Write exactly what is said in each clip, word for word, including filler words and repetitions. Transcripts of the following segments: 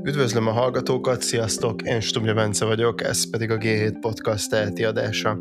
Üdvözlöm a hallgatókat, sziasztok! Én Stumja Bence vagyok, ez pedig a gé hét Podcast teheti adása.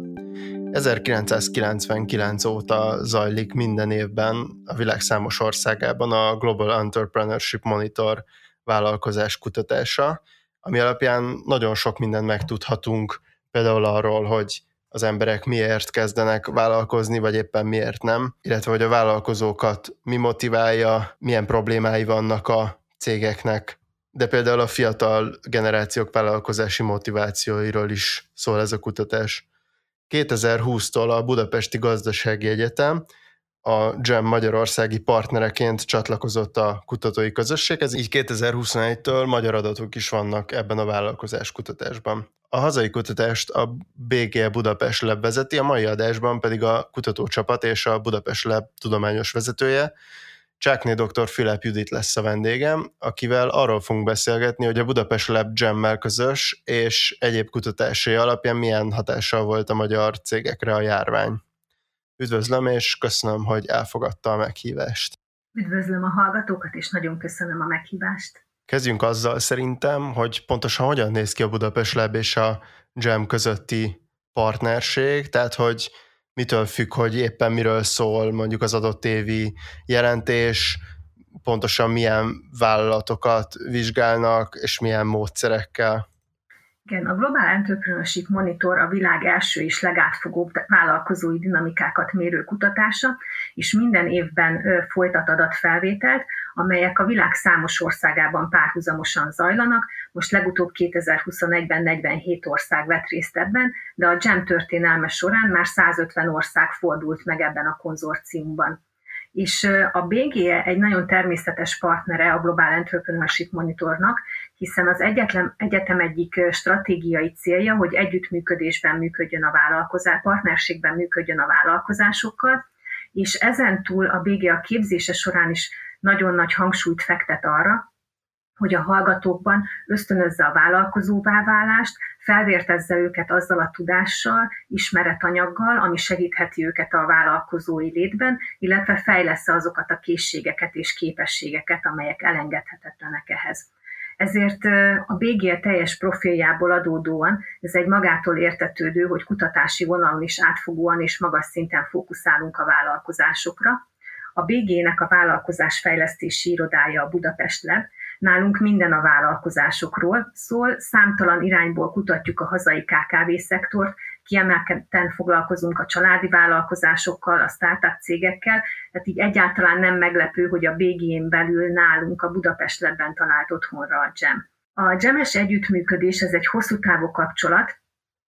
ezerkilencszázkilencvenkilenc óta zajlik minden évben a világ számos országában a Global Entrepreneurship Monitor vállalkozás kutatása, ami alapján nagyon sok mindent megtudhatunk, például arról, hogy az emberek miért kezdenek vállalkozni, vagy éppen miért nem, illetve hogy a vállalkozókat mi motiválja, milyen problémái vannak a cégeknek, de például a fiatal generációk vállalkozási motivációiról is szól ez a kutatás. kétezer-húsztól a Budapesti Gazdasági Egyetem a GEM magyarországi partnereként csatlakozott a kutatói közösséghez, így kétezer-huszonegytől magyar adatok is vannak ebben a vállalkozás kutatásban. A hazai kutatást a bé gé Budapest Lab vezeti, a mai adásban pedig a kutatócsapat és a Budapest Lab tudományos vezetője, Csákné doktor Fülep Judit lesz a vendégem, akivel arról fogunk beszélgetni, hogy a Budapest Lab GEM-mel közös és egyéb kutatásai alapján milyen hatással volt a magyar cégekre a járvány. Üdvözlöm, és köszönöm, hogy elfogadta a meghívást. Üdvözlöm a hallgatókat, és nagyon köszönöm a meghívást. Kezdjünk azzal szerintem, hogy pontosan hogyan néz ki a Budapest Lab és a GEM közötti partnerség, tehát hogy mitől függ, hogy éppen miről szól mondjuk az adott évi jelentés, pontosan milyen vállalatokat vizsgálnak, és milyen módszerekkel. Igen, a Global Entrepreneurship Monitor a világ első és legátfogóbb vállalkozói dinamikákat mérő kutatása, és minden évben folytat adatfelvételt, amelyek a világ számos országában párhuzamosan zajlanak. Most legutóbb kétezer-huszonegyben negyvenhét ország vett részt ebben, de a GEM történelme során már százötven ország fordult meg ebben a konzorciumban. És a bé gé egy nagyon természetes partnere a Global Entrepreneurship Monitornak, hiszen az egyetlen, egyetem egyik stratégiai célja, hogy együttműködésben működjön a vállalkozás, partnerségben működjön a vállalkozásokkal, és ezen túl a bé gé a képzése során is nagyon nagy hangsúlyt fektet arra, hogy a hallgatókban ösztönözze a vállalkozóvá válást, felvértezze őket azzal a tudással, ismeretanyaggal, ami segítheti őket a vállalkozói létben, illetve fejlessze azokat a készségeket és képességeket, amelyek elengedhetetlenek ehhez. Ezért a bé gé teljes profiljából adódóan ez egy magától értetődő, hogy kutatási vonalon is átfogóan és magas szinten fókuszálunk a vállalkozásokra. A bé gének a vállalkozásfejlesztési irodája a Budapest Lab. Nálunk minden a vállalkozásokról szól, számtalan irányból kutatjuk a hazai ká ká vé szektort, kiemelten foglalkozunk a családi vállalkozásokkal, a startup cégekkel, tehát így egyáltalán nem meglepő, hogy a bé gén belül nálunk a Budapest Labben talált otthonra a GEM. A GEM-es együttműködés, ez egy hosszú távú kapcsolat,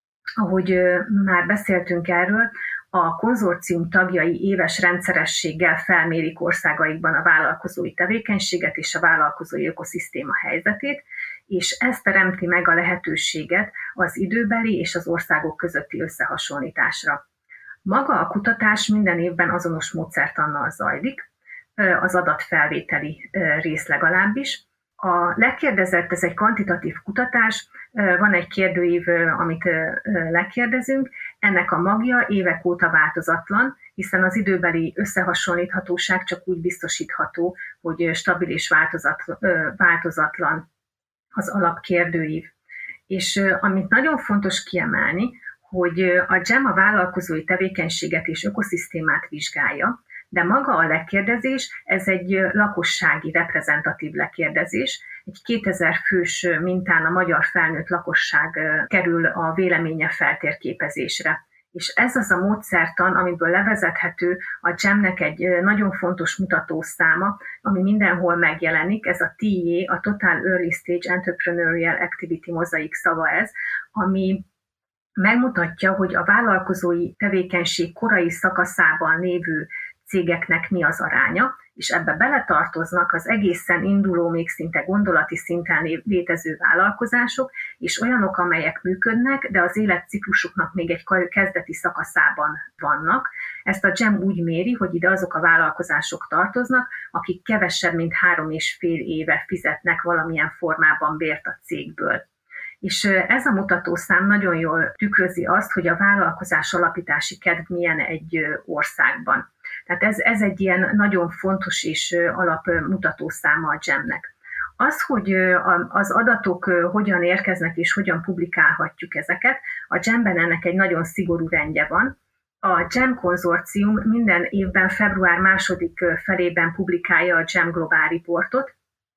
ahogy már beszéltünk erről, a konzorcium tagjai éves rendszerességgel felmérik országaikban a vállalkozói tevékenységet és a vállalkozói ökoszisztéma helyzetét, és ez teremti meg a lehetőséget az időbeli és az országok közötti összehasonlításra. Maga a kutatás minden évben azonos módszertannal zajlik, az adatfelvételi rész legalábbis. A lekérdezett, ez egy kvantitatív kutatás, van egy kérdőív, amit lekérdezünk, ennek a magja évek óta változatlan, hiszen az időbeli összehasonlíthatóság csak úgy biztosítható, hogy stabil és változatlan az alapkérdőív. És amit nagyon fontos kiemelni, hogy a GEM a vállalkozói tevékenységet és ökoszisztémát vizsgálja, de maga a lekérdezés, ez egy lakossági reprezentatív lekérdezés. Egy kétezer fős mintán a magyar felnőtt lakosság kerül a véleménye feltérképezésre. És ez az a módszertan, amiből levezethető a GEM-nek egy nagyon fontos mutatószáma, ami mindenhol megjelenik, ez a té á, a Total Early Stage Entrepreneurial Activity Mosaic szava ez, ami megmutatja, hogy a vállalkozói tevékenység korai szakaszában lévő cégeknek mi az aránya, és ebbe beletartoznak az egészen induló, még szinte gondolati szinten létező vállalkozások, és olyanok, amelyek működnek, de az életciklusuknak még egy kezdeti szakaszában vannak. Ezt a GEM úgy méri, hogy ide azok a vállalkozások tartoznak, akik kevesebb, mint három és fél éve fizetnek valamilyen formában bért a cégből. És ez a mutatószám nagyon jól tükrözi azt, hogy a vállalkozás alapítási kedv milyen egy országban. Tehát ez, ez egy ilyen nagyon fontos és alapmutatószáma a GEM-nek. Az, hogy az adatok hogyan érkeznek és hogyan publikálhatjuk ezeket, a dzsemben ennek egy nagyon szigorú rendje van. A dzsem konzorcium minden évben február második felében publikálja a dzsem Global Reportot,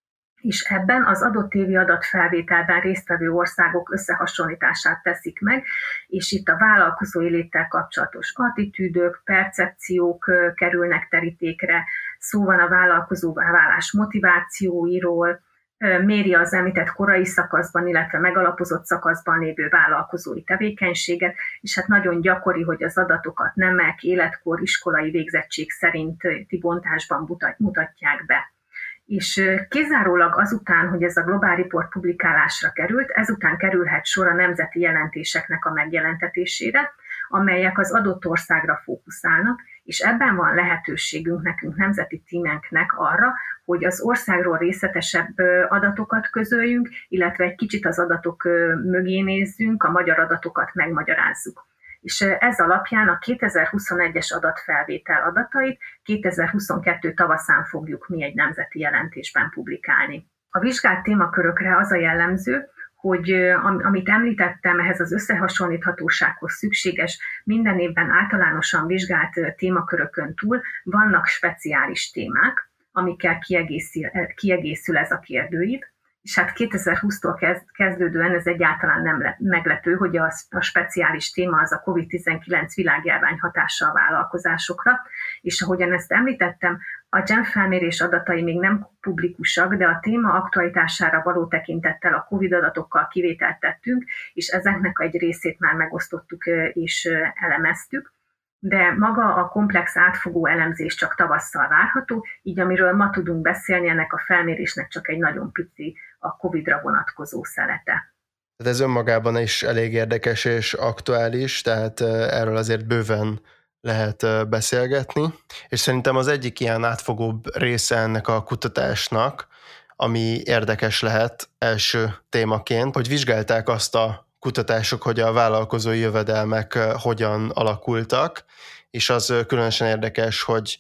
és ebben az adott évi adatfelvételben résztvevő országok összehasonlítását teszik meg, és itt a vállalkozói léttel kapcsolatos attitűdök, percepciók kerülnek terítékre, szó van a vállalkozóvá válás motivációiról, méri az említett korai szakaszban, illetve megalapozott szakaszban lévő vállalkozói tevékenységet, és hát nagyon gyakori, hogy az adatokat nemek, életkor, iskolai végzettség szerinti bontásban mutatják be. És kizárólag azután, hogy ez a Global Report publikálásra került, ezután kerülhet sor a nemzeti jelentéseknek a megjelentetésére, amelyek az adott országra fókuszálnak, és ebben van lehetőségünk nekünk, nemzeti tímenknek arra, hogy az országról részletesebb adatokat közöljünk, illetve egy kicsit az adatok mögé nézzünk, a magyar adatokat megmagyarázzuk. És ez alapján a kétezer-huszonegyes adatfelvétel adatait kétezer-huszonkettő tavaszán fogjuk mi egy nemzeti jelentésben publikálni. A vizsgált témakörökre az a jellemző, hogy amit említettem, ehhez az összehasonlíthatósághoz szükséges, minden évben általánosan vizsgált témakörökön túl vannak speciális témák, amikkel kiegészül, kiegészül ez a kérdőív, és hát kétezer-húsztól kezdődően ez egyáltalán nem meglepő, hogy a, a speciális téma az a kovid tizenkilenc világjárvány hatása a vállalkozásokra, és ahogyan ezt említettem, a dzsem felmérés adatai még nem publikusak, de a téma aktualitására való tekintettel a Covid adatokkal kivételt tettünk, és ezeknek egy részét már megosztottuk és elemeztük, de maga a komplex átfogó elemzés csak tavasszal várható, így amiről ma tudunk beszélni, ennek a felmérésnek csak egy nagyon pici a Covidra vonatkozó szelete. Ez önmagában is elég érdekes és aktuális, tehát erről azért bőven lehet beszélgetni, és szerintem az egyik ilyen átfogóbb része ennek a kutatásnak, ami érdekes lehet első témaként, hogy vizsgálták azt a kutatások, hogy a vállalkozói jövedelmek hogyan alakultak, és az különösen érdekes, hogy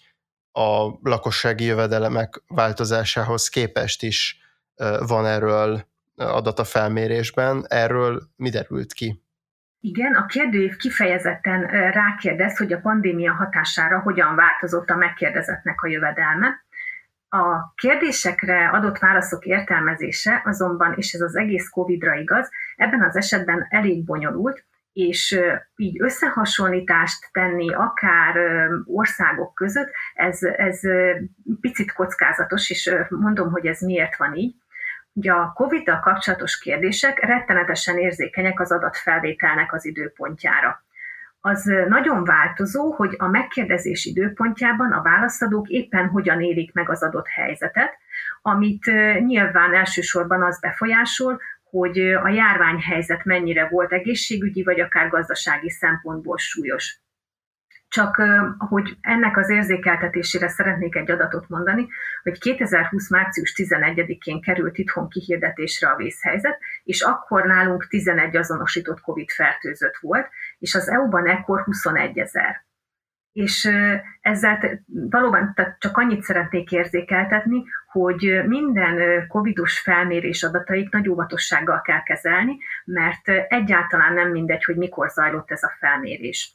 a lakossági jövedelemek változásához képest is van erről adat a felmérésben. Erről mi derült ki? Igen, a kérdőív kifejezetten rákérdez, hogy a pandémia hatására hogyan változott a megkérdezettnek a jövedelme. A kérdésekre adott válaszok értelmezése azonban, és ez az egész Covidra igaz, ebben az esetben elég bonyolult, és így összehasonlítást tenni akár országok között, ez, ez picit kockázatos, és mondom, hogy ez miért van így. Ugye a Covid-dal kapcsolatos kérdések rettenetesen érzékenyek az adatfelvételnek az időpontjára. Az nagyon változó, hogy a megkérdezés időpontjában a válaszadók éppen hogyan élik meg az adott helyzetet, amit nyilván elsősorban az befolyásol, hogy a járványhelyzet mennyire volt egészségügyi vagy akár gazdasági szempontból súlyos. Csak hogy ennek az érzékeltetésére szeretnék egy adatot mondani, hogy kétezer-húsz március tizenegyedikén került itthon kihirdetésre a vészhelyzet, és akkor nálunk tizenegy azonosított Covid fertőzött volt, és az é u-ban ekkor huszonegyezer. És ezzel valóban csak annyit szeretnék érzékeltetni, hogy minden covidos felmérés adatait nagy óvatossággal kell kezelni, mert egyáltalán nem mindegy, hogy mikor zajlott ez a felmérés.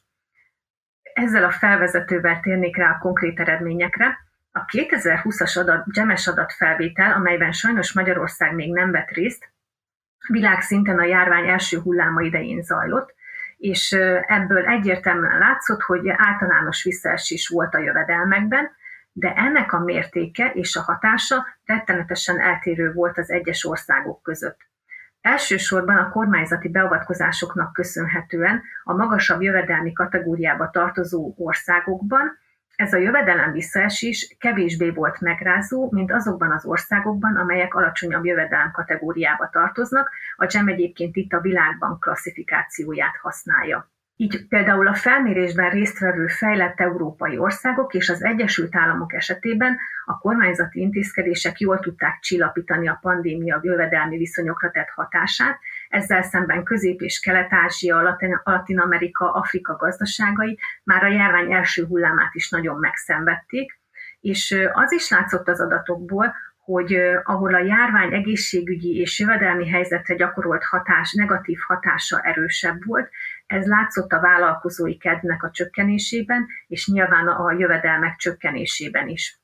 Ezzel a felvezetővel térnék rá a konkrét eredményekre. A kétezer-húszas adat, dzsemes adatfelvétel, amelyben sajnos Magyarország még nem vett részt, világszinten a járvány első hulláma idején zajlott, és ebből egyértelműen látszott, hogy általános visszaesés volt a jövedelmekben, de ennek a mértéke és a hatása rettenetesen eltérő volt az egyes országok között. Elsősorban a kormányzati beavatkozásoknak köszönhetően a magasabb jövedelmi kategóriába tartozó országokban ez a jövedelem visszaesés kevésbé volt megrázó, mint azokban az országokban, amelyek alacsonyabb jövedelem kategóriába tartoznak. A dzsem egyébként itt a Világbank klasszifikációját használja. Így például a felmérésben résztvevő fejlett európai országok és az Egyesült Államok esetében a kormányzati intézkedések jól tudták csillapítani a pandémia jövedelmi viszonyokra tett hatását, ezzel szemben Közép- és Kelet-Ázsia, Latin-Amerika, Afrika gazdaságai már a járvány első hullámát is nagyon megszenvedték, és az is látszott az adatokból, hogy ahol a járvány egészségügyi és jövedelmi helyzetre gyakorolt hatás, negatív hatása erősebb volt, ez látszott a vállalkozói kedvnek a csökkenésében, és nyilván a jövedelmek csökkenésében is.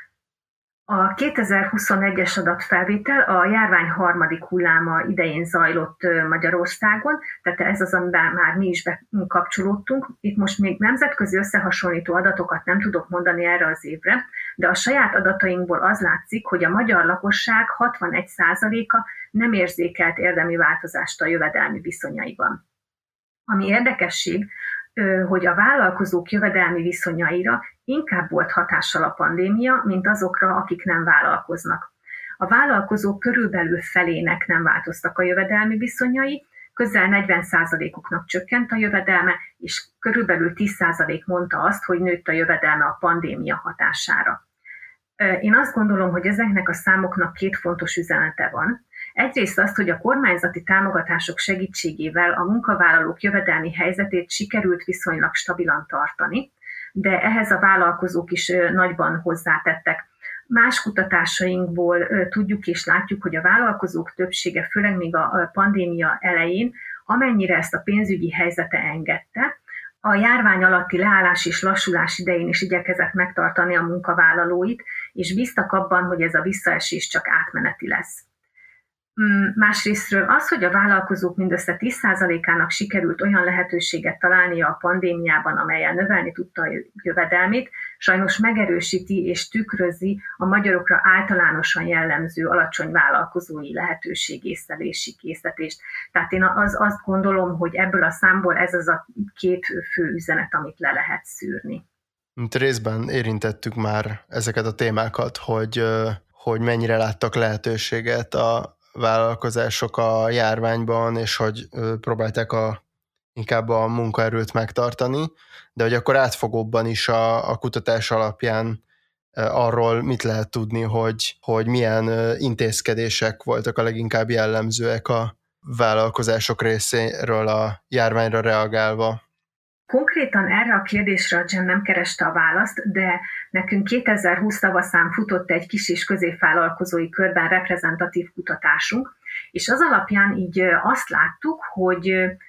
A kétezer-huszonegyes adatfelvétel a járvány harmadik hulláma idején zajlott Magyarországon, tehát ez az, amiben már mi is bekapcsolódtunk. Itt most még nemzetközi összehasonlító adatokat nem tudok mondani erre az évre, de a saját adatainkból az látszik, hogy a magyar lakosság hatvanegy százaléka nem érzékelt érdemi változást a jövedelmi viszonyaiban. Ami érdekesség, hogy a vállalkozók jövedelmi viszonyaira inkább volt hatással a pandémia, mint azokra, akik nem vállalkoznak. A vállalkozók körülbelül felének nem változtak a jövedelmi viszonyai, közel negyven százalékuknak csökkent a jövedelme, és körülbelül tíz százalék mondta azt, hogy nőtt a jövedelme a pandémia hatására. Én azt gondolom, hogy ezeknek a számoknak két fontos üzenete van. Egyrészt azt, hogy a kormányzati támogatások segítségével a munkavállalók jövedelmi helyzetét sikerült viszonylag stabilan tartani, de ehhez a vállalkozók is nagyban hozzátettek. Más kutatásainkból tudjuk és látjuk, hogy a vállalkozók többsége, főleg még a pandémia elején, amennyire ezt a pénzügyi helyzete engedte, a járvány alatti leállás és lassulás idején is igyekezett megtartani a munkavállalóit, és bíztak abban, hogy ez a visszaesés csak átmeneti lesz. Másrésztről az, hogy a vállalkozók mindössze tíz százalékának sikerült olyan lehetőséget találnia a pandémiában, amellyel növelni tudta a jövedelmét, sajnos megerősíti és tükrözi a magyarokra általánosan jellemző alacsony vállalkozói lehetőségészlelési készletést. Tehát én az, azt gondolom, hogy ebből a számból ez az a két fő üzenet, amit le lehet szűrni. Mint részben érintettük már ezeket a témákat, hogy, hogy mennyire láttak lehetőséget a vállalkozások a járványban, és hogy próbálták a, inkább a munkaerőt megtartani, de hogy akkor átfogóbban is a, a kutatás alapján arról mit lehet tudni, hogy, hogy milyen intézkedések voltak a leginkább jellemzőek a vállalkozások részéről a járványra reagálva. Konkrétan erre a kérdésre a Gen nem kereste a választ, de nekünk kétezer-húsz tavaszán futott egy kis és középvállalkozói körben reprezentatív kutatásunk, és az alapján így azt láttuk, hogy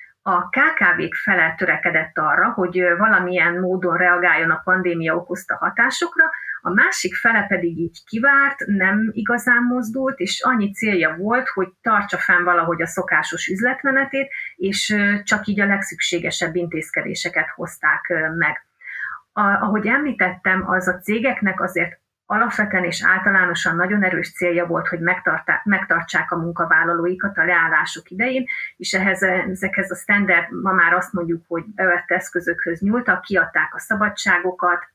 a ká ká vék fele törekedett arra, hogy valamilyen módon reagáljon a pandémia okozta hatásokra, a másik fele pedig így kivárt, nem igazán mozdult, és annyi célja volt, hogy tartsa fenn valahogy a szokásos üzletmenetét, és csak így a legszükségesebb intézkedéseket hozták meg. Ahogy említettem, az a cégeknek azért alapvetően és általánosan nagyon erős célja volt, hogy megtartsák a munkavállalóikat a leállások idején, és ehhez, ezekhez a standard, ma már azt mondjuk, hogy bevett eszközökhöz nyúltak, kiadták a szabadságokat,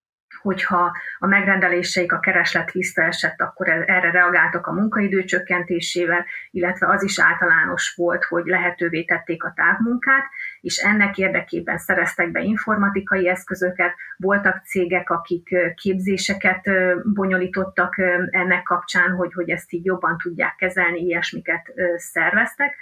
hogyha a megrendeléseik, a kereslet visszaesett, akkor erre reagáltak a munkaidő csökkentésével, illetve az is általános volt, hogy lehetővé tették a távmunkát, és ennek érdekében szereztek be informatikai eszközöket, voltak cégek, akik képzéseket bonyolítottak ennek kapcsán, hogy, hogy ezt így jobban tudják kezelni, ilyesmiket szerveztek.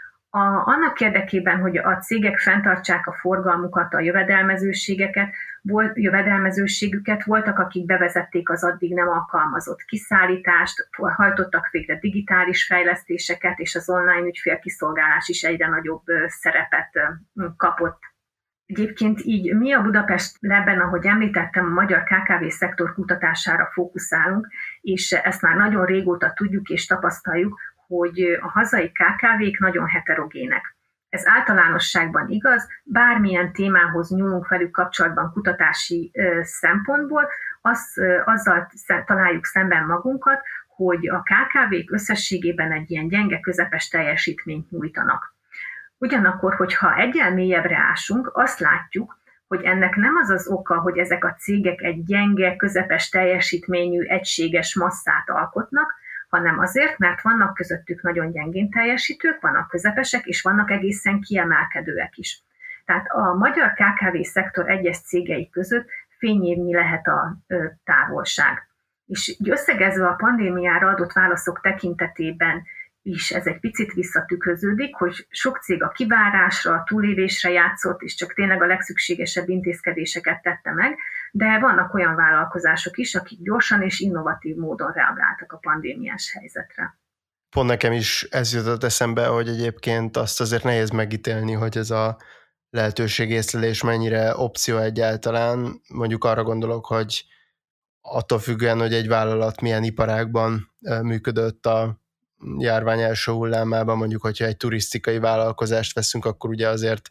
A, annak érdekében, hogy a cégek fenntartsák a forgalmukat, a jövedelmezőségeket, volt, jövedelmezőségüket, voltak, akik bevezették az addig nem alkalmazott kiszállítást, hajtottak végre digitális fejlesztéseket, és az online ügyfélkiszolgálás is egyre nagyobb szerepet kapott. Egyébként így mi a Budapest Labben, ahogy említettem, a magyar ká ká vé szektor kutatására fókuszálunk, és ezt már nagyon régóta tudjuk és tapasztaljuk, hogy a hazai ká ká vék nagyon heterogének. Ez általánosságban igaz, bármilyen témához nyúlunk velük kapcsolatban kutatási szempontból, az, azzal találjuk szemben magunkat, hogy a ká ká vék összességében egy ilyen gyenge közepes teljesítményt nyújtanak. Ugyanakkor, hogyha egyen mélyebbre ásunk, azt látjuk, hogy ennek nem az az oka, hogy ezek a cégek egy gyenge, közepes teljesítményű, egységes masszát alkotnak, hanem azért, mert vannak közöttük nagyon gyengén teljesítők, vannak közepesek, és vannak egészen kiemelkedőek is. Tehát a magyar ká ká vé szektor egyes cégei között fényévnyi lehet a távolság. És összegezve a pandémiára adott válaszok tekintetében is ez egy picit visszatükröződik, hogy sok cég a kivárásra, a túlélésre játszott, és csak tényleg a legszükségesebb intézkedéseket tette meg, de vannak olyan vállalkozások is, akik gyorsan és innovatív módon reagáltak a pandémiás helyzetre. Pont nekem is ez jutott eszembe, hogy egyébként azt azért nehéz megítélni, hogy ez a lehetőségészlelés mennyire opció egyáltalán. Mondjuk arra gondolok, hogy attól függően, hogy egy vállalat milyen iparágban működött a járvány első hullámában, mondjuk, hogyha egy turisztikai vállalkozást veszünk, akkor ugye azért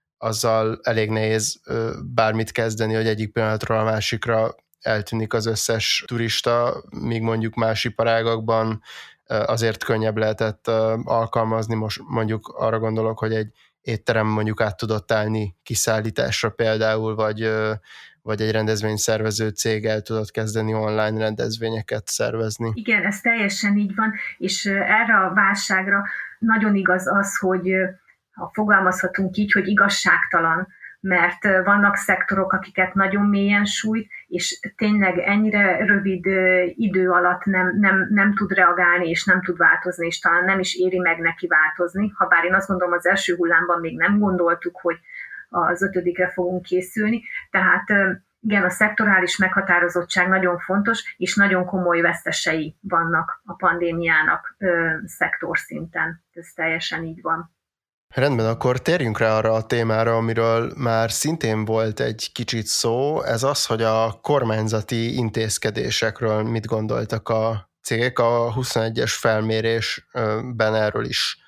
azzal elég nehéz bármit kezdeni, hogy egyik pillanatról a másikra eltűnik az összes turista, míg mondjuk más iparágakban azért könnyebb lehetett alkalmazni. Most mondjuk arra gondolok, hogy egy étterem mondjuk át tudott állni kiszállításra például, vagy, vagy egy rendezvényszervező cég el tudott kezdeni online rendezvényeket szervezni. Igen, ez teljesen így van, és erre a válságra nagyon igaz az, hogy ha fogalmazhatunk így, hogy igazságtalan, mert vannak szektorok, akiket nagyon mélyen sújt, és tényleg ennyire rövid idő alatt nem, nem, nem tud reagálni, és nem tud változni, és talán nem is éri meg neki változni. Habár én azt gondolom, az első hullámban még nem gondoltuk, hogy az ötödikre fogunk készülni. Tehát igen, a szektorális meghatározottság nagyon fontos, és nagyon komoly vesztesei vannak a pandémiának szektorszinten. Ez teljesen így van. Rendben, akkor térjünk rá arra a témára, amiről már szintén volt egy kicsit szó, ez az, hogy a kormányzati intézkedésekről mit gondoltak a cégek. A huszonegyes felmérésben erről is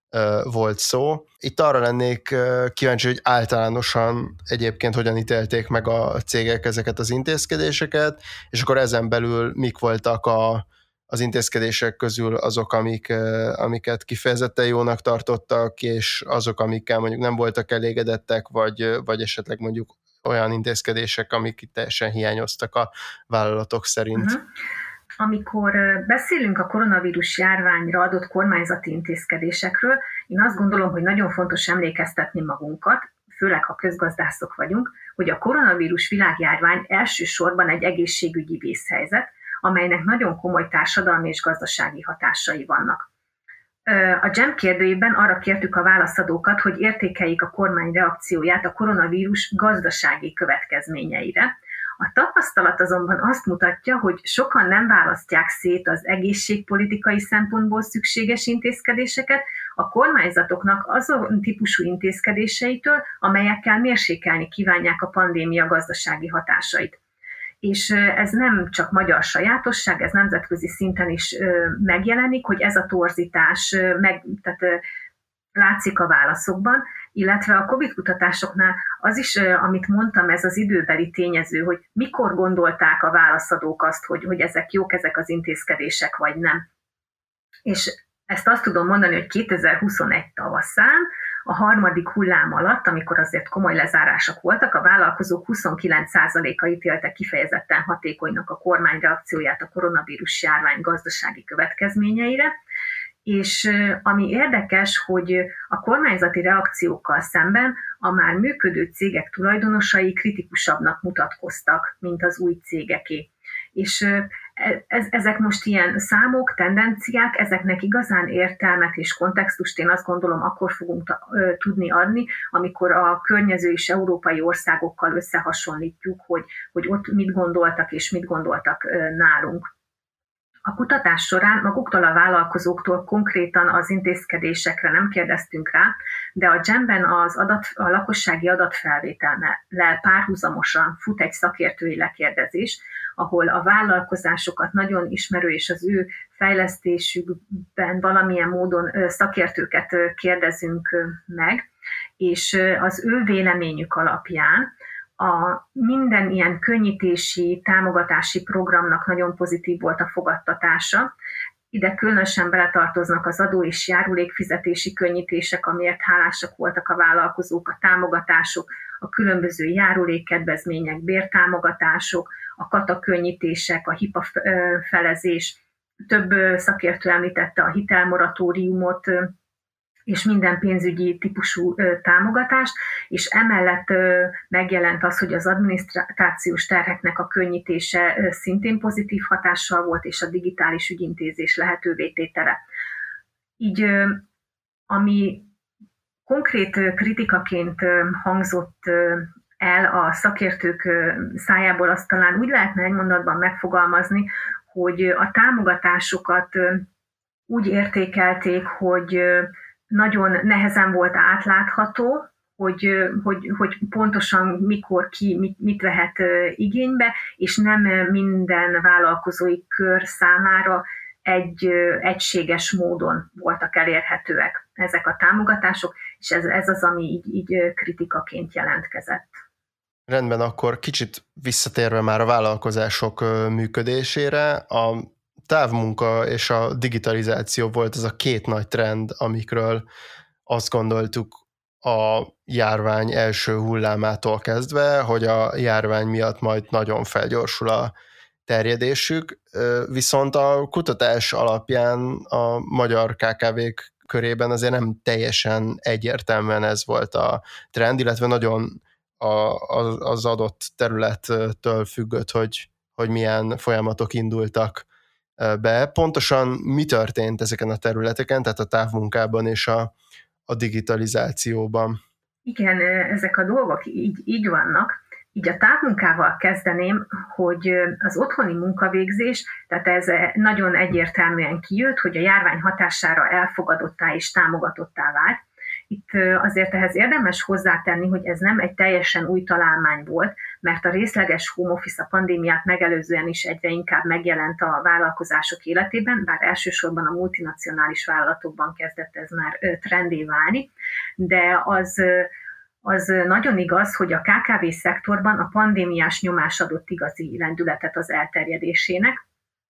volt szó. Itt arra lennék kíváncsi, hogy általánosan egyébként hogyan ítélték meg a cégek ezeket az intézkedéseket, és akkor ezen belül mik voltak a az intézkedések közül azok, amik, amiket kifejezetten jónak tartottak, és azok, amikkel mondjuk nem voltak elégedettek, vagy, vagy esetleg mondjuk olyan intézkedések, amik teljesen hiányoztak a vállalatok szerint. Uh-huh. Amikor beszélünk a koronavírus járványra adott kormányzati intézkedésekről, én azt gondolom, hogy nagyon fontos emlékeztetni magunkat, főleg ha közgazdászok vagyunk, hogy a koronavírus világjárvány elsősorban egy egészségügyi vészhelyzet, amelynek nagyon komoly társadalmi és gazdasági hatásai vannak. A dzsem kérdőjében arra kértük a válaszadókat, hogy értékeljék a kormány reakcióját a koronavírus gazdasági következményeire. A tapasztalat azonban azt mutatja, hogy sokan nem választják szét az egészségpolitikai szempontból szükséges intézkedéseket a kormányzatoknak azon típusú intézkedéseitől, amelyekkel mérsékelni kívánják a pandémia gazdasági hatásait. És ez nem csak magyar sajátosság, ez nemzetközi szinten is megjelenik, hogy ez a torzítás meg, tehát, látszik a válaszokban, illetve a Covid kutatásoknál az is, amit mondtam, ez az időbeli tényező, hogy mikor gondolták a válaszadók azt, hogy, hogy ezek jók, ezek az intézkedések, vagy nem. És ezt azt tudom mondani, hogy kétezer-huszonegy tavaszán, a harmadik hullám alatt, amikor azért komoly lezárások voltak, a vállalkozók huszonkilenc százaléka ítélte kifejezetten hatékonynak a kormány reakcióját a koronavírus járvány gazdasági következményeire, és ami érdekes, hogy a kormányzati reakciókkal szemben a már működő cégek tulajdonosai kritikusabbnak mutatkoztak, mint az új cégeké. És ez, ezek most ilyen számok, tendenciák, ezeknek igazán értelmet és kontextust én azt gondolom akkor fogunk ta, ö, tudni adni, amikor a környező és európai országokkal összehasonlítjuk, hogy, hogy ott mit gondoltak és mit gondoltak ö, nálunk. A kutatás során maguktól a vállalkozóktól konkrétan az intézkedésekre nem kérdeztünk rá, de a dzsemben az adat, a lakossági adatfelvétellel párhuzamosan fut egy szakértői lekérdezés, ahol a vállalkozásokat nagyon ismerő és az ő fejlesztésükben valamilyen módon szakértőket kérdezünk meg, és az ő véleményük alapján a minden ilyen könnyítési, támogatási programnak nagyon pozitív volt a fogadtatása. Ide különösen beletartoznak az adó és járulékfizetési könnyítések, amiért hálásak voltak a vállalkozók, a támogatások, a különböző járulékkedvezmények, bértámogatások, a katakönnyítések, a hipa felezés. Több szakértő említette a hitelmoratóriumot, és minden pénzügyi típusú ö, támogatást, és emellett ö, megjelent az, hogy az adminisztrációs terheknek a könnyítése ö, szintén pozitív hatással volt, és a digitális ügyintézés lehetővé tétele. Így, ö, ami konkrét ö, kritikaként ö, hangzott ö, el a szakértők szájából, azt talán úgy lehetne egy mondatban megfogalmazni, hogy a támogatásokat úgy értékelték, hogy nagyon nehezen volt átlátható, hogy, hogy, hogy pontosan mikor ki mit, mit vehet igénybe, és nem minden vállalkozói kör számára egy egységes módon voltak elérhetőek ezek a támogatások, és ez, ez az, ami így, így kritikaként jelentkezett. Rendben, akkor kicsit visszatérve már a vállalkozások működésére, a távmunka és a digitalizáció volt az a két nagy trend, amikről azt gondoltuk a járvány első hullámától kezdve, hogy a járvány miatt majd nagyon felgyorsul a terjedésük, viszont a kutatás alapján a magyar ká ká vék körében azért nem teljesen egyértelműen ez volt a trend, illetve nagyon az adott területtől függött, hogy, hogy milyen folyamatok indultak be. Pontosan mi történt ezeken a területeken, tehát a távmunkában és a, a digitalizációban? Igen, ezek a dolgok így, így vannak. Így a távmunkával kezdeném, hogy az otthoni munkavégzés, tehát ez nagyon egyértelműen kijött, hogy a járvány hatására elfogadottá és támogatottá vált. Itt azért ehhez érdemes hozzátenni, hogy ez nem egy teljesen új találmány volt, mert a részleges home office a pandémiát megelőzően is egyre inkább megjelent a vállalkozások életében, bár elsősorban a multinacionális vállalatokban kezdett ez már trendé válni, de az, az nagyon igaz, hogy a ká ká vé szektorban a pandémiás nyomás adott igazi lendületet az elterjedésének,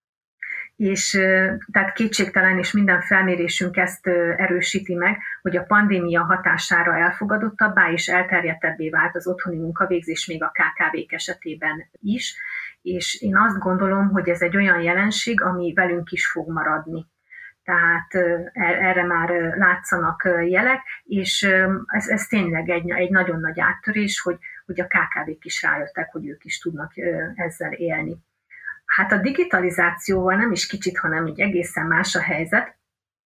és tehát kétségtelen, és minden felmérésünk ezt erősíti meg, hogy a pandémia hatására elfogadottabbá és elterjedtebbé vált az otthoni munkavégzés még a ká ká vék esetében is, és én azt gondolom, hogy ez egy olyan jelenség, ami velünk is fog maradni. Tehát erre már látszanak jelek, és ez, ez tényleg egy, egy nagyon nagy áttörés, hogy, hogy a ká ká vék is rájöttek, hogy ők is tudnak ezzel élni. Hát a digitalizációval nem is kicsit, hanem így egészen más a helyzet.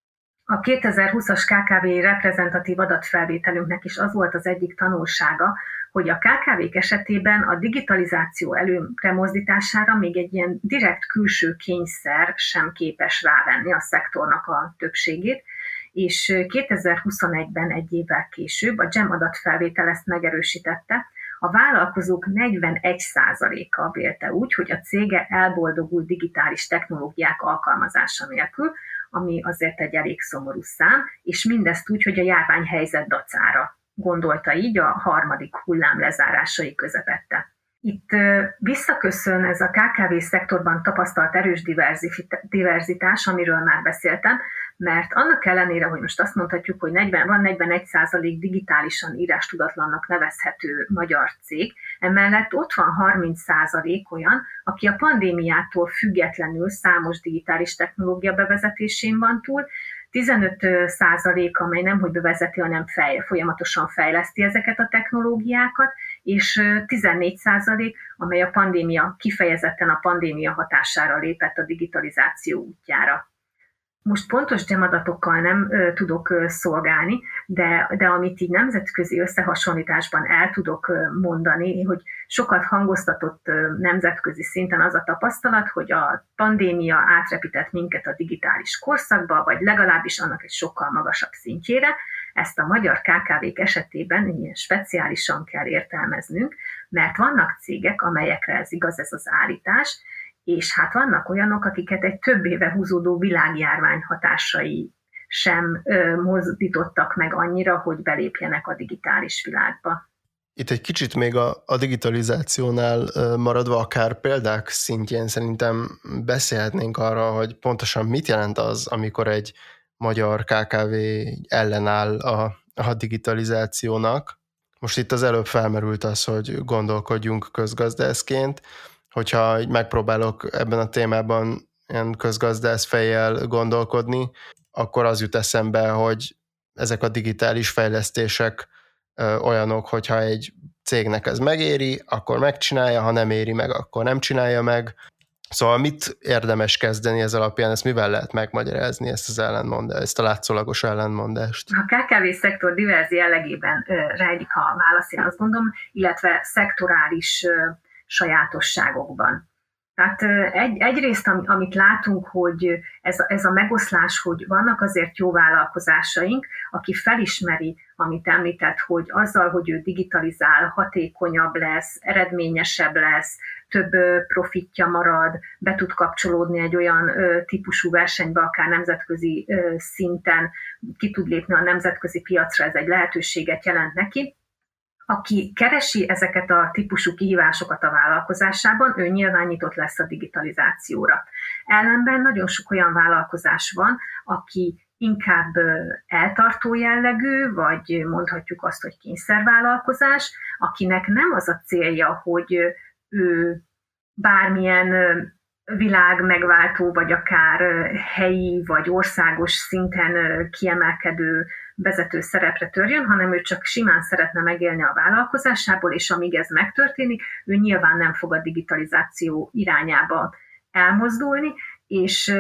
A kétezer-húszas ká ká vé reprezentatív adatfelvételünknek is az volt az egyik tanulsága, hogy a ká ká vék esetében a digitalizáció előre mozdítására még egy ilyen direkt külső kényszer sem képes rávenni a szektornak a többségét, és kétezer-huszonegyben, egy évvel később a GEM adatfelvétel ezt megerősítette. A vállalkozók negyvenegy százaléka vélte úgy, hogy a cége elboldogult digitális technológiák alkalmazása nélkül, ami azért egy elég szomorú szám, és mindezt úgy, hogy a járványhelyzet dacára gondolta így a harmadik hullám lezárásai közepette. Itt visszaköszön ez a ká ká vé szektorban tapasztalt erős diverzitás, amiről már beszéltem, mert annak ellenére, hogy most azt mondhatjuk, hogy negyven, van negyvenegy százalék digitálisan írástudatlannak nevezhető magyar cég, emellett ott van harminc százalék olyan, aki a pandémiától függetlenül számos digitális technológia bevezetésén van túl, tizenöt százalék, amely nem hogy bevezeti, hanem fej, folyamatosan fejleszti ezeket a technológiákat, és tizennégy százalék, amely a pandémia, kifejezetten a pandémia hatására lépett a digitalizáció útjára. Most pontos GEM adatokkal nem ö, tudok ö, szolgálni, de, de amit így nemzetközi összehasonlításban el tudok ö, mondani, hogy sokat hangoztatott ö, nemzetközi szinten az a tapasztalat, hogy a pandémia átrepített minket a digitális korszakba, vagy legalábbis annak egy sokkal magasabb szintjére. Ezt a magyar ká ká vék esetében ilyen speciálisan kell értelmeznünk, mert vannak cégek, amelyekre ez igaz, ez az állítás, és hát vannak olyanok, akiket egy több éve húzódó világjárvány hatásai sem ö, mozdítottak meg annyira, hogy belépjenek a digitális világba. Itt egy kicsit még a, a digitalizációnál maradva, akár példák szintjén szerintem beszélhetnénk arra, hogy pontosan mit jelent az, amikor egy magyar ká ká vé ellenáll a, a digitalizációnak. Most itt az előbb felmerült az, hogy gondolkodjunk közgazdászként, hogyha megpróbálok ebben a témában ilyen közgazdász fejjel gondolkodni, akkor az jut eszembe, hogy ezek a digitális fejlesztések ö, olyanok, hogyha egy cégnek ez megéri, akkor megcsinálja, ha nem éri meg, akkor nem csinálja meg. Szóval mit érdemes kezdeni ez alapján, ezt mivel lehet megmagyarázni, ezt az ellentmondást, ezt a látszólagos ellentmondást? A ká ká vé szektor diverzi jellegében rejlik a válasz, én azt gondolom, illetve szektorális sajátosságokban. Tehát egy, egyrészt, amit látunk, hogy ez a, ez a megoszlás, hogy vannak azért jó vállalkozásaink, aki felismeri, amit említett, hogy azzal, hogy ő digitalizál, hatékonyabb lesz, eredményesebb lesz, több profitja marad, be tud kapcsolódni egy olyan típusú versenybe, akár nemzetközi szinten, ki tud lépni a nemzetközi piacra, ez egy lehetőséget jelent neki. Aki keresi ezeket a típusú kihívásokat a vállalkozásában, ő nyilván nyitott lesz a digitalizációra. Ellenben nagyon sok olyan vállalkozás van, aki inkább eltartó jellegű, vagy mondhatjuk azt, hogy kényszervállalkozás, akinek nem az a célja, hogy ő bármilyen világ megváltó, vagy akár helyi, vagy országos szinten kiemelkedő vezető szerepre törjön, hanem ő csak simán szeretne megélni a vállalkozásából, és amíg ez megtörténik, ő nyilván nem fog a digitalizáció irányába elmozdulni, és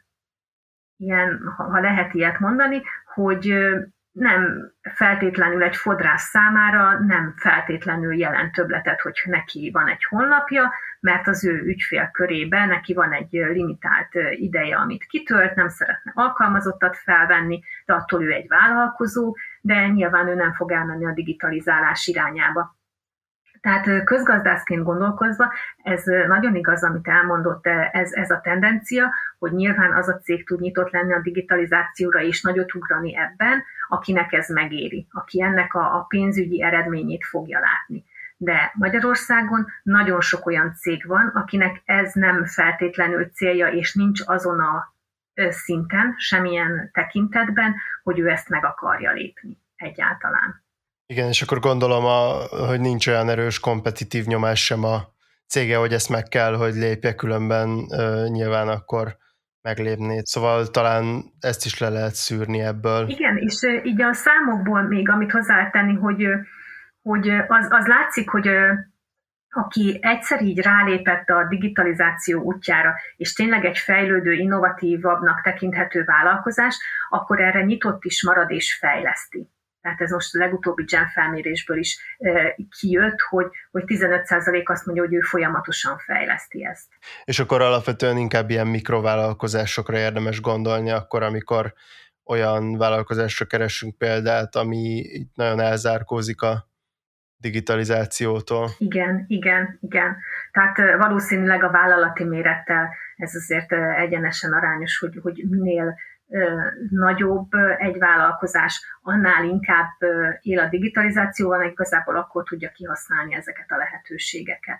ilyen, ha lehet ilyet mondani, hogy nem feltétlenül egy fodrász számára nem feltétlenül jelent többletet, hogy neki van egy honlapja, mert az ő ügyfél körében neki van egy limitált ideje, amit kitölt, nem szeretne alkalmazottat felvenni, de attól ő egy vállalkozó, de nyilván ő nem fog elmenni a digitalizálás irányába. Tehát közgazdászként gondolkozva, ez nagyon igaz, amit elmondott, ez, ez a tendencia, hogy nyilván az a cég tud nyitott lenni a digitalizációra és nagyot ugrani ebben, akinek ez megéri, aki ennek a, a pénzügyi eredményét fogja látni. De Magyarországon nagyon sok olyan cég van, akinek ez nem feltétlenül célja, és nincs azon a szinten, semmilyen tekintetben, hogy ő ezt meg akarja lépni egyáltalán. Igen, és akkor gondolom, a, hogy nincs olyan erős kompetitív nyomás sem a cége, hogy ezt meg kell, hogy lépje, különben uh, nyilván akkor meglépni. Szóval talán ezt is le lehet szűrni ebből. Igen, és uh, így a számokból még, amit hozzá lehet tenni, hogy, uh, hogy az, az látszik, hogy uh, aki egyszer így rálépett a digitalizáció útjára, és tényleg egy fejlődő, innovatívabbnak tekinthető vállalkozás, akkor erre nyitott is marad és fejleszti. Tehát ez most a legutóbbi Gen felmérésből is e, kijött, hogy, hogy tizenöt százalék azt mondja, hogy ő folyamatosan fejleszti ezt. És akkor alapvetően inkább ilyen mikrovállalkozásokra érdemes gondolni, akkor, amikor olyan vállalkozásra keresünk példát, ami nagyon elzárkózik a digitalizációtól. Igen, igen, igen. Tehát valószínűleg a vállalati mérettel ez azért egyenesen arányos, hogy, hogy minél nagyobb egy vállalkozás, annál inkább él a digitalizációval, meg igazából akkor tudja kihasználni ezeket a lehetőségeket.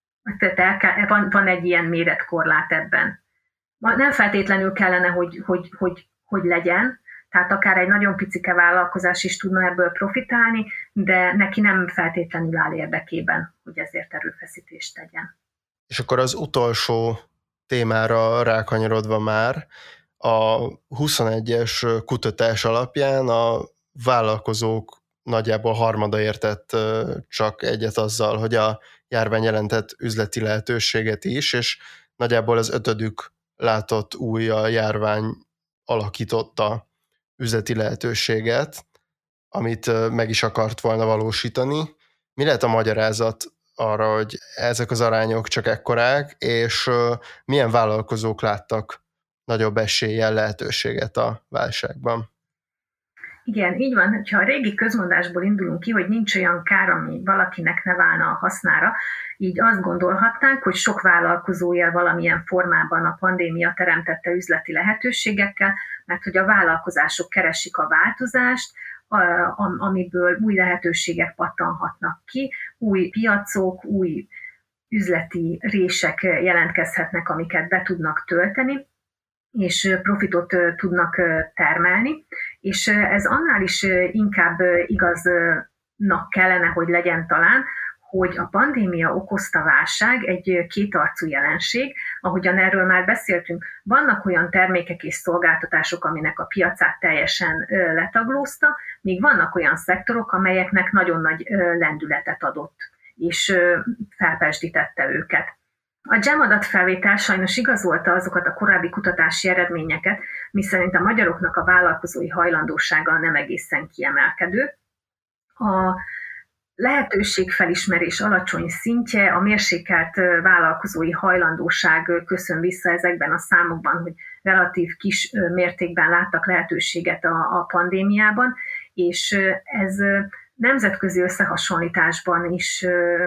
Tehát van, van egy ilyen méretkorlát ebben. Nem feltétlenül kellene, hogy, hogy, hogy, hogy legyen, tehát akár egy nagyon picike vállalkozás is tudna ebből profitálni, de neki nem feltétlenül áll érdekében, hogy ezért erőfeszítést tegyen. És akkor az utolsó témára rákanyarodva már, a huszonegyes kutatás alapján a vállalkozók nagyjából harmada értett csak egyet azzal, hogy a járvány jelentett üzleti lehetőséget is, és nagyjából az ötödük látott új a járvány alakította üzleti lehetőséget, amit meg is akart volna valósítani. Mi lehet a magyarázat arra, hogy ezek az arányok csak ekkorák, és milyen vállalkozók láttak nagyobb eséllyel lehetőséget a válságban? Igen, így van. Ha a régi közmondásból indulunk ki, hogy nincs olyan kár, ami valakinek ne válna a hasznára, így azt gondolhatnánk, hogy sok vállalkozó él valamilyen formában a pandémia teremtette üzleti lehetőségekkel, mert hogy a vállalkozások keresik a változást, amiből új lehetőségek pattanhatnak ki, új piacok, új üzleti rések jelentkezhetnek, amiket be tudnak tölteni, és profitot tudnak termelni, és ez annál is inkább igaznak kellene, hogy legyen talán, hogy a pandémia okozta válság egy kétarcú jelenség, ahogyan erről már beszéltünk, vannak olyan termékek és szolgáltatások, aminek a piacát teljesen letaglózta, míg vannak olyan szektorok, amelyeknek nagyon nagy lendületet adott, és felpezsdítette őket. A gem adatfelvétel sajnos igazolta azokat a korábbi kutatási eredményeket, miszerint a magyaroknak a vállalkozói hajlandósága nem egészen kiemelkedő. A lehetőségfelismerés alacsony szintje, a mérsékelt vállalkozói hajlandóság köszön vissza ezekben a számokban, hogy relatív kis mértékben láttak lehetőséget a, a pandémiában, és ez nemzetközi összehasonlításban is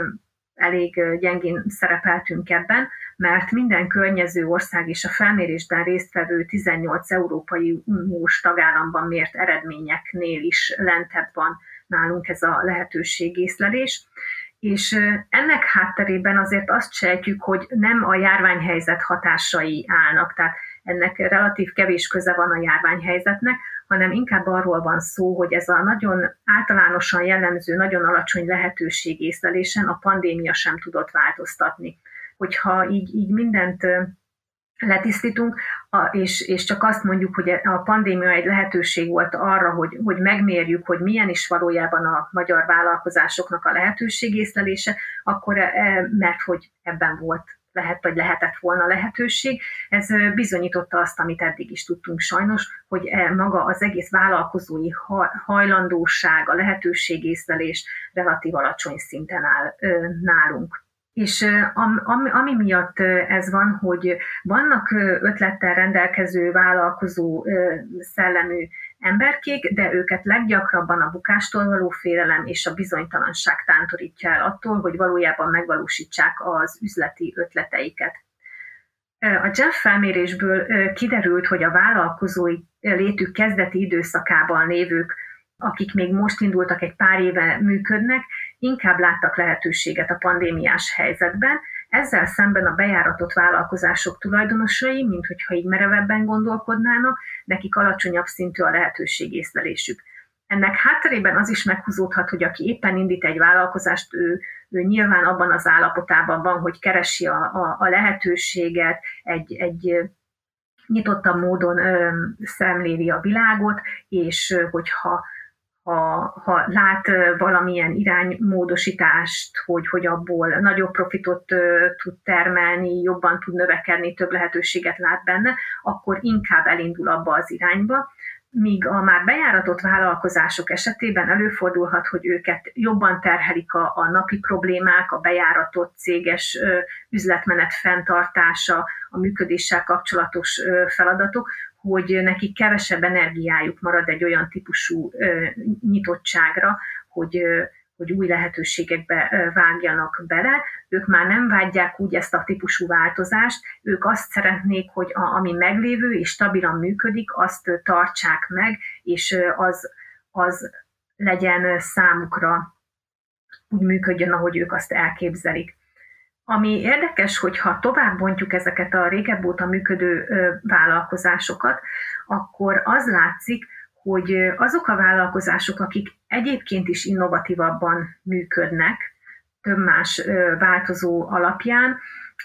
elég gyengén szerepeltünk ebben, mert minden környező ország és a felmérésben résztvevő tizennyolc Európai Uniós tagállamban mért eredményeknél is lentebb van nálunk ez a lehetőségészlelés. És ennek hátterében azért azt sejtjük, hogy nem a járványhelyzet hatásai állnak, tehát ennek relatív kevés köze van a járványhelyzetnek, hanem inkább arról van szó, hogy ez a nagyon általánosan jellemző, nagyon alacsony lehetőségészlelésen a pandémia sem tudott változtatni. Hogyha így, így mindent letisztítunk, és, és csak azt mondjuk, hogy a pandémia egy lehetőség volt arra, hogy, hogy megmérjük, hogy milyen is valójában a magyar vállalkozásoknak a lehetőségészlelése, akkor mert hogy ebben volt lehet, vagy lehetett volna lehetőség. Ez bizonyította azt, amit eddig is tudtunk sajnos, hogy maga az egész vállalkozói hajlandóság, a lehetőségészlelés relatív alacsony szinten áll nálunk. És ami, ami miatt ez van, hogy vannak ötlettel rendelkező vállalkozó szellemű emberkék, de őket leggyakrabban a bukástól való félelem és a bizonytalanság tántorítja el attól, hogy valójában megvalósítsák az üzleti ötleteiket. A gem felmérésből kiderült, hogy a vállalkozói létük kezdeti időszakában lévők, akik még most indultak, egy pár éve működnek, inkább láttak lehetőséget a pandémiás helyzetben. Ezzel szemben a bejáratott vállalkozások tulajdonosai, mint hogyha így merevebben gondolkodnának, nekik alacsonyabb szintű a lehetőségészlelésük. Ennek hátterében az is meghúzódhat, hogy aki éppen indít egy vállalkozást, ő, ő nyilván abban az állapotában van, hogy keresi a, a, a lehetőséget, egy, egy nyitottabb módon ö, szemléli a világot, és ö, hogyha Ha, ha lát valamilyen iránymódosítást, hogy, hogy abból nagyobb profitot uh, tud termelni, jobban tud növekedni, több lehetőséget lát benne, akkor inkább elindul abba az irányba. Míg a már bejáratott vállalkozások esetében előfordulhat, hogy őket jobban terhelik a, a napi problémák, a bejáratott céges uh, üzletmenet fenntartása, a működéssel kapcsolatos uh, feladatok, hogy nekik kevesebb energiájuk marad egy olyan típusú ö, nyitottságra, hogy, ö, hogy új lehetőségekbe ö, vágjanak bele. Ők már nem vágyják úgy ezt a típusú változást, ők azt szeretnék, hogy a, ami meglévő és stabilan működik, azt ö, tartsák meg, és ö, az, az legyen számukra, úgy működjön, ahogy ők azt elképzelik. Ami érdekes, hogyha tovább bontjuk ezeket a régebb óta működő vállalkozásokat, akkor az látszik, hogy azok a vállalkozások, akik egyébként is innovatívabban működnek, több más változó alapján,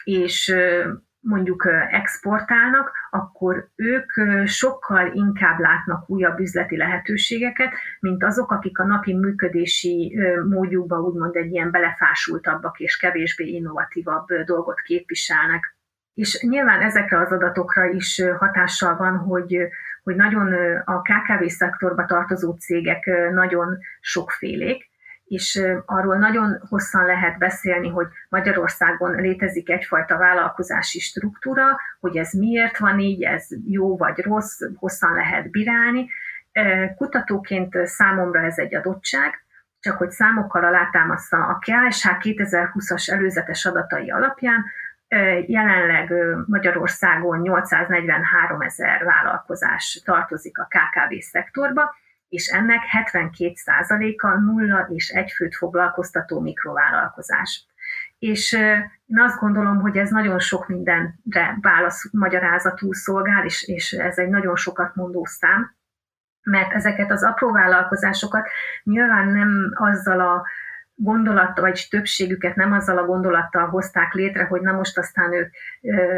és mondjuk exportálnak, akkor ők sokkal inkább látnak újabb üzleti lehetőségeket, mint azok, akik a napi működési módjukba úgymond egy ilyen belefásultabbak és kevésbé innovatívabb dolgot képviselnek. És nyilván ezekre az adatokra is hatással van, hogy, hogy nagyon a ká ká vé-szektorba tartozó cégek nagyon sokfélék, és arról nagyon hosszan lehet beszélni, hogy Magyarországon létezik egyfajta vállalkozási struktúra, hogy ez miért van így, ez jó vagy rossz, hosszan lehet bírálni. Kutatóként számomra ez egy adottság, csak hogy számokkal alátámasztam, a ká es há kétezer-húszas előzetes adatai alapján jelenleg Magyarországon nyolcszáznegyvenháromezer vállalkozás tartozik a ká ká vé-szektorba, és ennek hetvenkét százaléka nulla és egy főt foglalkoztató mikrovállalkozás. És én azt gondolom, hogy ez nagyon sok mindenre válasz magyarázatul szolgál, és, és ez egy nagyon sokat mondó szám, mert ezeket az apró vállalkozásokat nyilván nem azzal a gondolattal, vagy többségüket nem azzal a gondolattal hozták létre, hogy na most aztán ők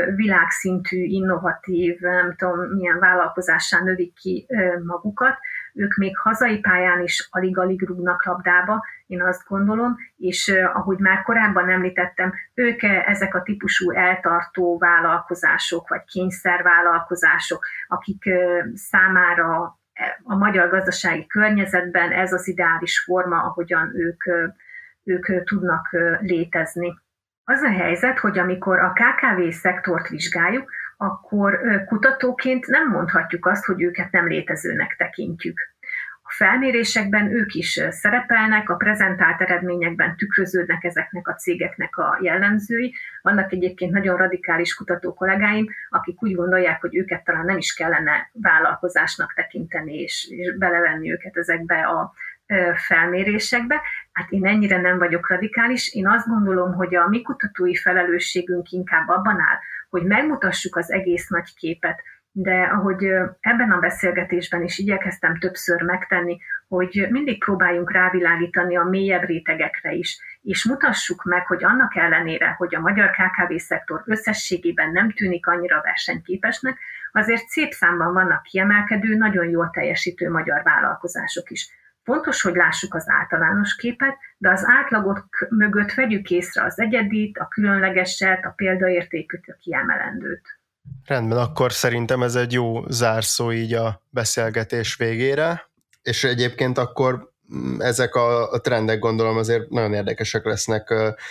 világszintű, innovatív, nem tudom milyen vállalkozássá növik ki magukat. ők még hazai pályán is alig-alig rúgnak labdába, én azt gondolom, és uh, ahogy már korábban említettem, ők ezek a típusú eltartó vállalkozások, vagy kényszervállalkozások, akik uh, számára a magyar gazdasági környezetben ez az ideális forma, ahogyan ők, ők tudnak létezni. Az a helyzet, hogy amikor a ká ká vé szektort vizsgáljuk, akkor kutatóként nem mondhatjuk azt, hogy őket nem létezőnek tekintjük. A felmérésekben ők is szerepelnek, a prezentált eredményekben tükröződnek ezeknek a cégeknek a jellemzői. Vannak egyébként nagyon radikális kutató kollégáim, akik úgy gondolják, hogy őket talán nem is kellene vállalkozásnak tekinteni, és, és belevenni őket ezekbe a felmérésekbe. Hát én ennyire nem vagyok radikális. Én azt gondolom, hogy a mi kutatói felelősségünk inkább abban áll, hogy megmutassuk az egész nagy képet, de ahogy ebben a beszélgetésben is igyekeztem többször megtenni, hogy mindig próbáljunk rávilágítani a mélyebb rétegekre is, és mutassuk meg, hogy annak ellenére, hogy a magyar ká ká vé szektor összességében nem tűnik annyira versenyképesnek, azért szép számban vannak kiemelkedő, nagyon jól teljesítő magyar vállalkozások is. Fontos, hogy lássuk az általános képet, de az átlagot mögött vegyük észre az egyedit, a különlegeset, a példaértékűt, a kiemelendőt. Rendben, akkor szerintem ez egy jó zárszó így a beszélgetés végére, és egyébként akkor ezek a trendek gondolom azért nagyon érdekesek lesznek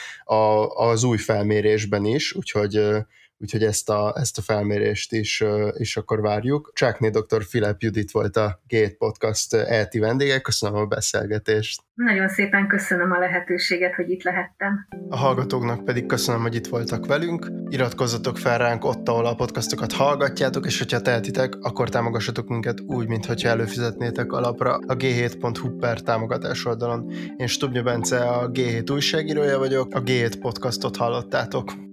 az új felmérésben is, úgyhogy, úgyhogy ezt, a, ezt a felmérést is, is akkor várjuk. Csákné doktor Filip Judit volt a gé hét Podcast é té vendége, köszönöm a beszélgetést. Nagyon szépen köszönöm a lehetőséget, hogy itt lehettem. A hallgatóknak pedig köszönöm, hogy itt voltak velünk. Iratkozzatok fel ránk ott, ahol a podcastokat hallgatjátok, és hogyha tehetitek, akkor támogassatok minket úgy, mintha előfizetnétek alapra a gé hét pont hu per támogatás oldalon. Én Stubnya Bence, a gé hét újságírója vagyok, a gé hét Podcastot hallottátok.